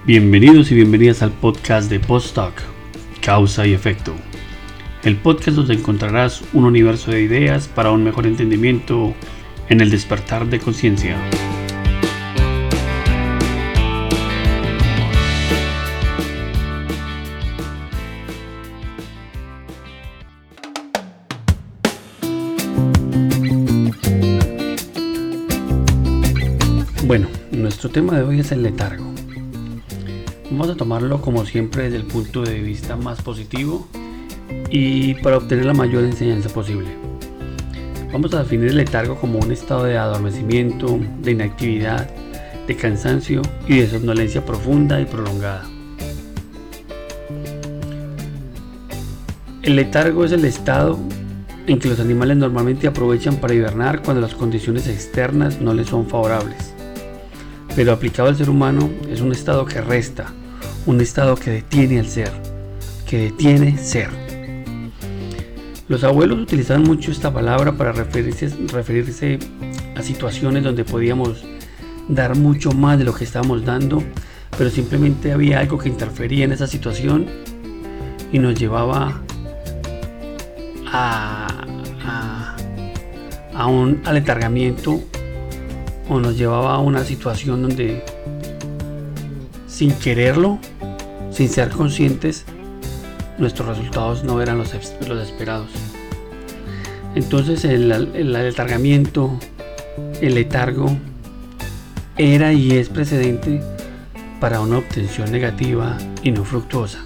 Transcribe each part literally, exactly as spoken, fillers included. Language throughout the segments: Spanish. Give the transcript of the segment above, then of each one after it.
Bienvenidos y bienvenidas al podcast de Postdoc, Causa y Efecto. El podcast donde encontrarás un universo de ideas para un mejor entendimiento en el despertar de conciencia. Bueno, nuestro tema de hoy es el letargo. Vamos a tomarlo como siempre desde el punto de vista más positivo y para obtener la mayor enseñanza posible. Vamos a definir el letargo como un estado de adormecimiento, de inactividad, de cansancio y de somnolencia profunda y prolongada. El letargo es el estado en que los animales normalmente aprovechan para hibernar cuando las condiciones externas no les son favorables. Pero aplicado al ser humano es un estado que resta, un estado que detiene al ser, que detiene ser. Los abuelos utilizaban mucho esta palabra para referirse, referirse a situaciones donde podíamos dar mucho más de lo que estábamos dando, pero simplemente había algo que interfería en esa situación y nos llevaba a, a, a un aletargamiento, o nos llevaba a una situación donde sin quererlo, sin ser conscientes, nuestros resultados no eran los, los esperados. Entonces el, el aletargamiento, el letargo, era y es precedente para una obtención negativa y no fructuosa.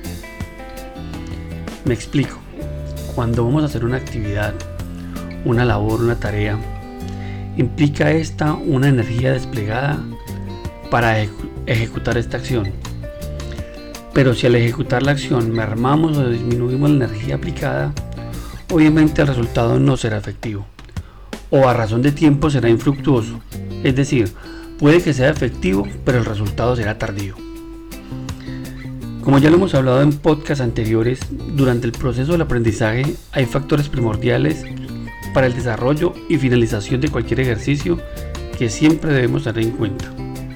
Me explico. Cuando vamos a hacer una actividad, una labor, una tarea, implica esta una energía desplegada para ejecu- ejecutar esta acción. Pero si al ejecutar la acción mermamos o disminuimos la energía aplicada, obviamente el resultado no será efectivo, o a razón de tiempo será infructuoso, es decir, puede que sea efectivo, pero el resultado será tardío. Como ya lo hemos hablado en podcasts anteriores, durante el proceso del aprendizaje hay factores primordiales para el desarrollo y finalización de cualquier ejercicio que siempre debemos tener en cuenta.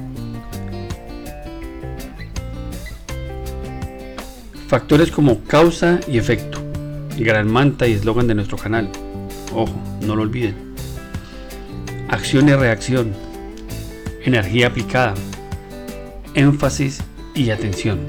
Factores como causa y efecto, gran manta y eslogan de nuestro canal. Ojo, no lo olviden. Acción y reacción, energía aplicada, énfasis y atención.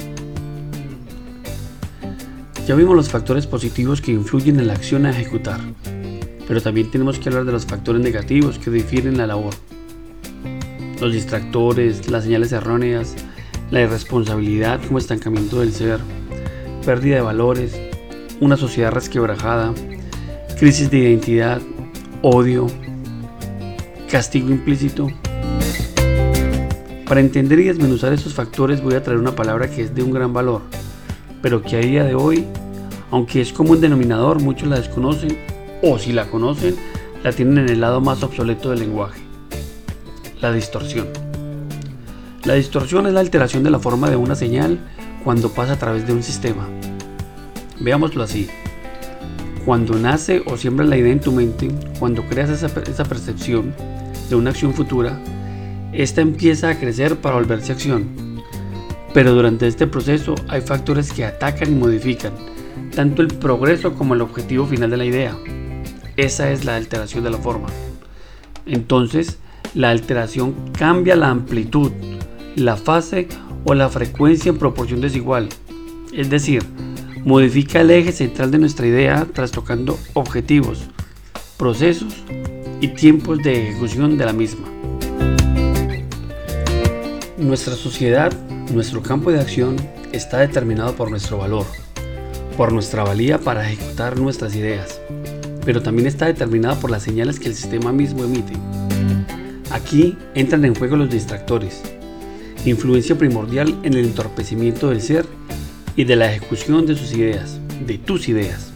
Ya vimos los factores positivos que influyen en la acción a ejecutar. Pero también tenemos que hablar de los factores negativos que difieren la labor. Los distractores, las señales erróneas, la irresponsabilidad como estancamiento del ser, pérdida de valores, una sociedad resquebrajada, crisis de identidad, odio, castigo implícito. Para entender y desmenuzar estos factores voy a traer una palabra que es de un gran valor, pero que a día de hoy, aunque es como un denominador, muchos la desconocen, o si la conocen, la tienen en el lado más obsoleto del lenguaje: la distorsión. La distorsión es la alteración de la forma de una señal cuando pasa a través de un sistema. Veámoslo así: cuando nace o siembra la idea en tu mente, cuando creas esa, esa percepción de una acción futura, esta empieza a crecer para volverse acción. Pero durante este proceso hay factores que atacan y modifican tanto el progreso como el objetivo final de la idea. Esa es la alteración de la forma. Entonces, la alteración cambia la amplitud, la fase o la frecuencia en proporción desigual. Es decir, modifica el eje central de nuestra idea trastocando objetivos, procesos y tiempos de ejecución de la misma. Nuestra sociedad, nuestro campo de acción está determinado por nuestro valor, por nuestra valía para ejecutar nuestras ideas, pero también está determinada por las señales que el sistema mismo emite. Aquí entran en juego los distractores, influencia primordial en el entorpecimiento del ser y de la ejecución de sus ideas, de tus ideas.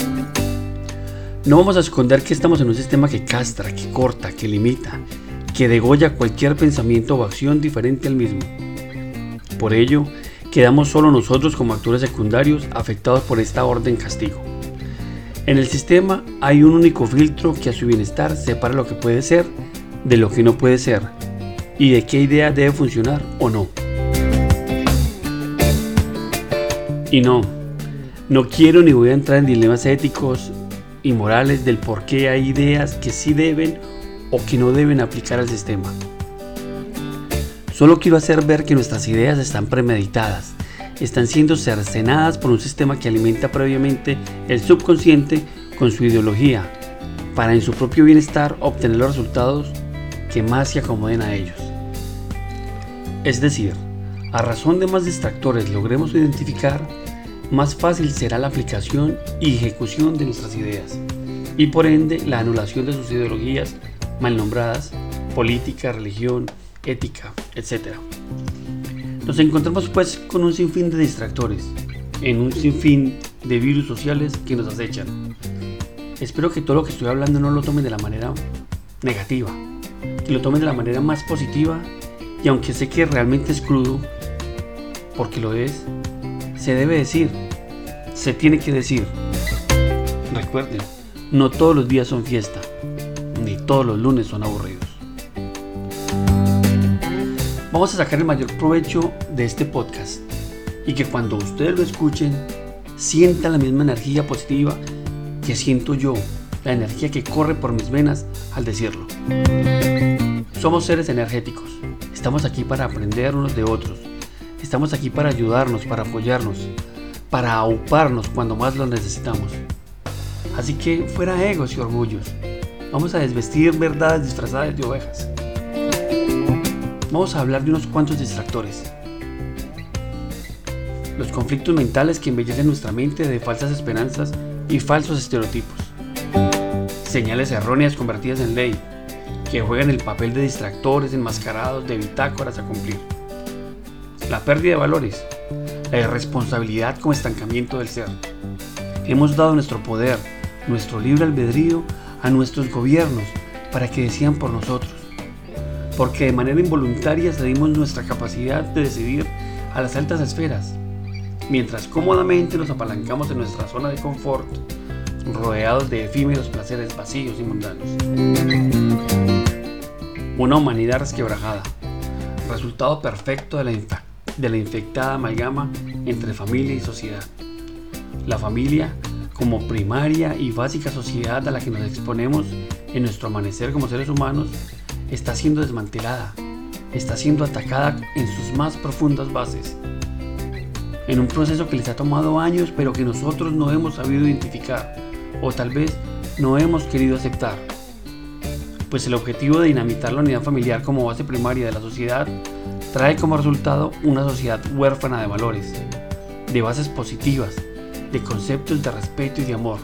No vamos a esconder que estamos en un sistema que castra, que corta, que limita, que degolla cualquier pensamiento o acción diferente al mismo. Por ello, quedamos solo nosotros como actores secundarios afectados por esta orden castigo. En el sistema hay un único filtro que a su bienestar separa lo que puede ser de lo que no puede ser y de qué idea debe funcionar o no. Y no, no quiero ni voy a entrar en dilemas éticos y morales del por qué hay ideas que sí deben o que no deben aplicar al sistema. Solo quiero hacer ver que nuestras ideas están premeditadas, están siendo cercenadas por un sistema que alimenta previamente el subconsciente con su ideología, para en su propio bienestar obtener los resultados que más se acomoden a ellos. Es decir, a razón de más distractores logremos identificar, más fácil será la aplicación y ejecución de nuestras ideas, y por ende la anulación de sus ideologías mal nombradas, política, religión, ética, etcétera. Nos encontramos pues con un sinfín de distractores, en un sinfín de virus sociales que nos acechan. Espero que todo lo que estoy hablando no lo tomen de la manera negativa, que lo tomen de la manera más positiva, y aunque sé que realmente es crudo, porque lo es, se debe decir, se tiene que decir. Recuerden, no todos los días son fiesta, ni todos los lunes son aburridos. Vamos a sacar el mayor provecho de este podcast y que cuando ustedes lo escuchen, sientan la misma energía positiva que siento yo, la energía que corre por mis venas al decirlo. Somos seres energéticos, estamos aquí para aprender unos de otros, estamos aquí para ayudarnos, para apoyarnos, para auparnos cuando más lo necesitamos. Así que fuera egos y orgullos, vamos a desvestir verdades disfrazadas de ovejas. Vamos a hablar de unos cuantos distractores. Los conflictos mentales que embellecen nuestra mente de falsas esperanzas y falsos estereotipos. Señales erróneas convertidas en ley, que juegan el papel de distractores enmascarados de bitácoras a cumplir. La pérdida de valores, la irresponsabilidad como estancamiento del ser. Hemos dado nuestro poder, nuestro libre albedrío a nuestros gobiernos para que decidan por nosotros, porque de manera involuntaria cedimos nuestra capacidad de decidir a las altas esferas, mientras cómodamente nos apalancamos en nuestra zona de confort, rodeados de efímeros placeres vacíos y mundanos. Una humanidad resquebrajada, resultado perfecto de la, infa- de la infectada amalgama entre familia y sociedad. La familia como primaria y básica sociedad a la que nos exponemos en nuestro amanecer como seres humanos está siendo desmantelada, está siendo atacada en sus más profundas bases, en un proceso que les ha tomado años pero que nosotros no hemos sabido identificar o tal vez no hemos querido aceptar, pues el objetivo de dinamitar la unidad familiar como base primaria de la sociedad trae como resultado una sociedad huérfana de valores, de bases positivas, de conceptos de respeto y de amor.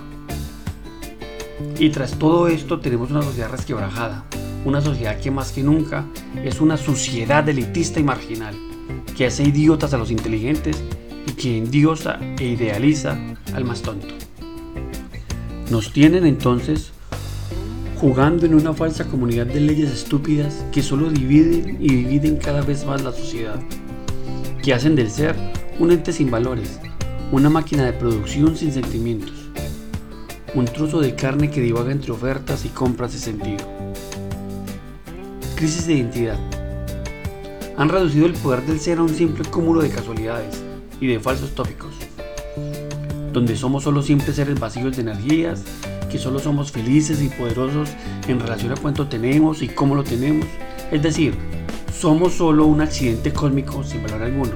Y tras todo esto tenemos una sociedad resquebrajada, una sociedad que más que nunca es una suciedad elitista y marginal, que hace idiotas a los inteligentes y que endiosa e idealiza al más tonto. Nos tienen entonces jugando en una falsa comunidad de leyes estúpidas que solo dividen y dividen cada vez más la sociedad, que hacen del ser un ente sin valores, una máquina de producción sin sentimientos, un trozo de carne que divaga entre ofertas y compras de sentido. Crisis de identidad. Han reducido el poder del ser a un simple cúmulo de casualidades y de falsos tópicos, donde somos solo simples seres vacíos de energías, que solo somos felices y poderosos en relación a cuánto tenemos y cómo lo tenemos, es decir, somos solo un accidente cósmico sin valor alguno.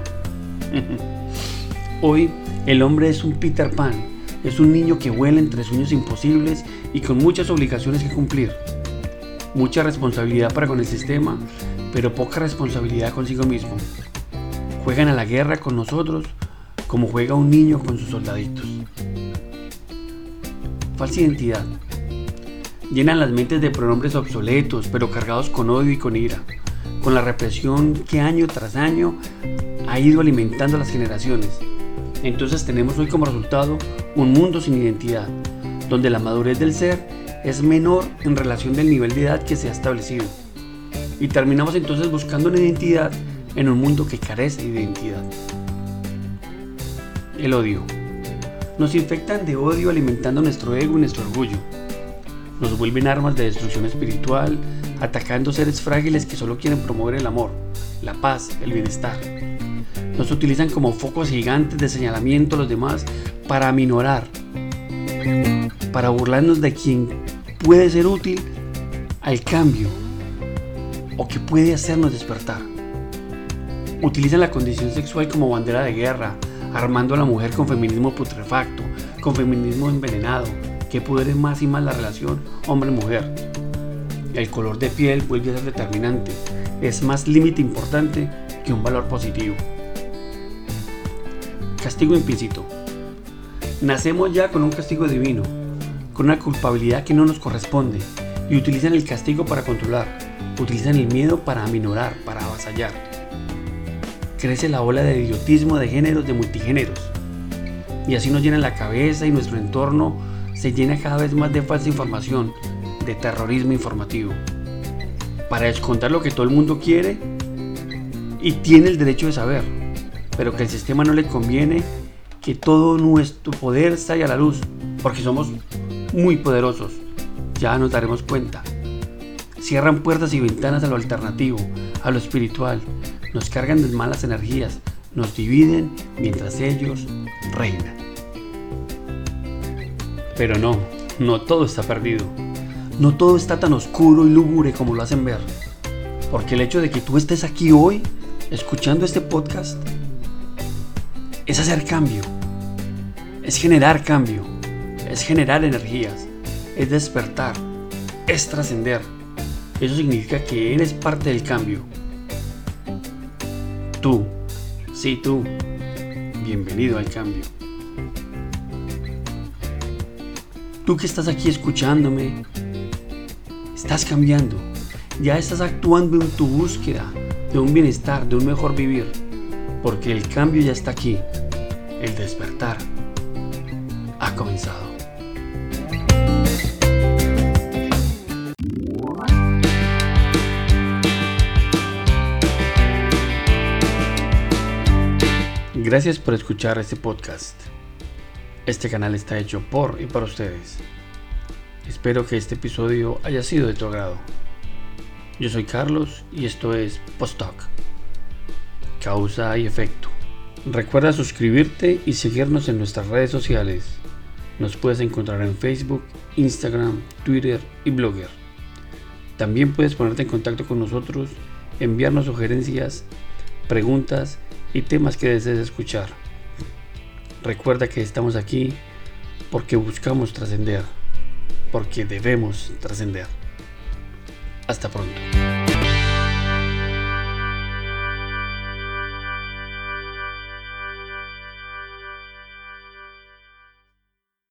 Hoy el hombre es un Peter Pan, es un niño que vuela entre sueños imposibles y con muchas obligaciones que cumplir, mucha responsabilidad para con el sistema, pero poca responsabilidad consigo mismo. Juegan a la guerra con nosotros como juega un niño con sus soldaditos. Falsa identidad. Llenan las mentes de pronombres obsoletos, pero cargados con odio y con ira, con la represión que año tras año ha ido alimentando a las generaciones. Entonces tenemos hoy como resultado un mundo sin identidad, donde la madurez del ser es menor en relación del nivel de edad que se ha establecido. Y terminamos entonces buscando una identidad en un mundo que carece de identidad. El odio. Nos infectan de odio alimentando nuestro ego y nuestro orgullo. Nos vuelven armas de destrucción espiritual, atacando seres frágiles que solo quieren promover el amor, la paz, el bienestar. Nos utilizan como focos gigantes de señalamiento a los demás para aminorar, para burlarnos de quien puede ser útil al cambio o que puede hacernos despertar. Utilizan la condición sexual como bandera de guerra, armando a la mujer con feminismo putrefacto, con feminismo envenenado, que pudre más y más la relación hombre-mujer. El color de piel vuelve a ser determinante, es más límite importante que un valor positivo. Castigo implícito. Nacemos ya con un castigo divino, con una culpabilidad que no nos corresponde, y utilizan el castigo para controlar, utilizan el miedo para aminorar, para avasallar. Crece la ola de idiotismo de géneros, de multigéneros, y así nos llena la cabeza y nuestro entorno se llena cada vez más de falsa información, de terrorismo informativo, para descontar lo que todo el mundo quiere y tiene el derecho de saber, pero que al sistema no le conviene que todo nuestro poder salga a la luz, porque somos muy poderosos, ya nos daremos cuenta. Cierran puertas y ventanas a lo alternativo, a lo espiritual, nos cargan de malas energías, nos dividen mientras ellos reinan. Pero no, no todo está perdido. No todo está tan oscuro y lúgubre como lo hacen ver. Porque el hecho de que tú estés aquí hoy, escuchando este podcast, es hacer cambio. Es generar cambio. Es generar energías. Es despertar. Es trascender. Eso significa que eres parte del cambio. Tú, sí tú, bienvenido al cambio. Tú que estás aquí escuchándome, estás cambiando, ya estás actuando en tu búsqueda de un bienestar, de un mejor vivir, porque el cambio ya está aquí, el despertar ha comenzado. Gracias por escuchar este podcast. Este canal está hecho por y para ustedes. Espero que este episodio haya sido de tu agrado. Yo soy Carlos y esto es Post Talk. Causa y efecto. Recuerda suscribirte y seguirnos en nuestras redes sociales. Nos puedes encontrar en Facebook, Instagram, Twitter y Blogger. También puedes ponerte en contacto con nosotros, enviarnos sugerencias, preguntas y temas que desees escuchar. Recuerda que estamos aquí porque buscamos trascender, porque debemos trascender. Hasta pronto.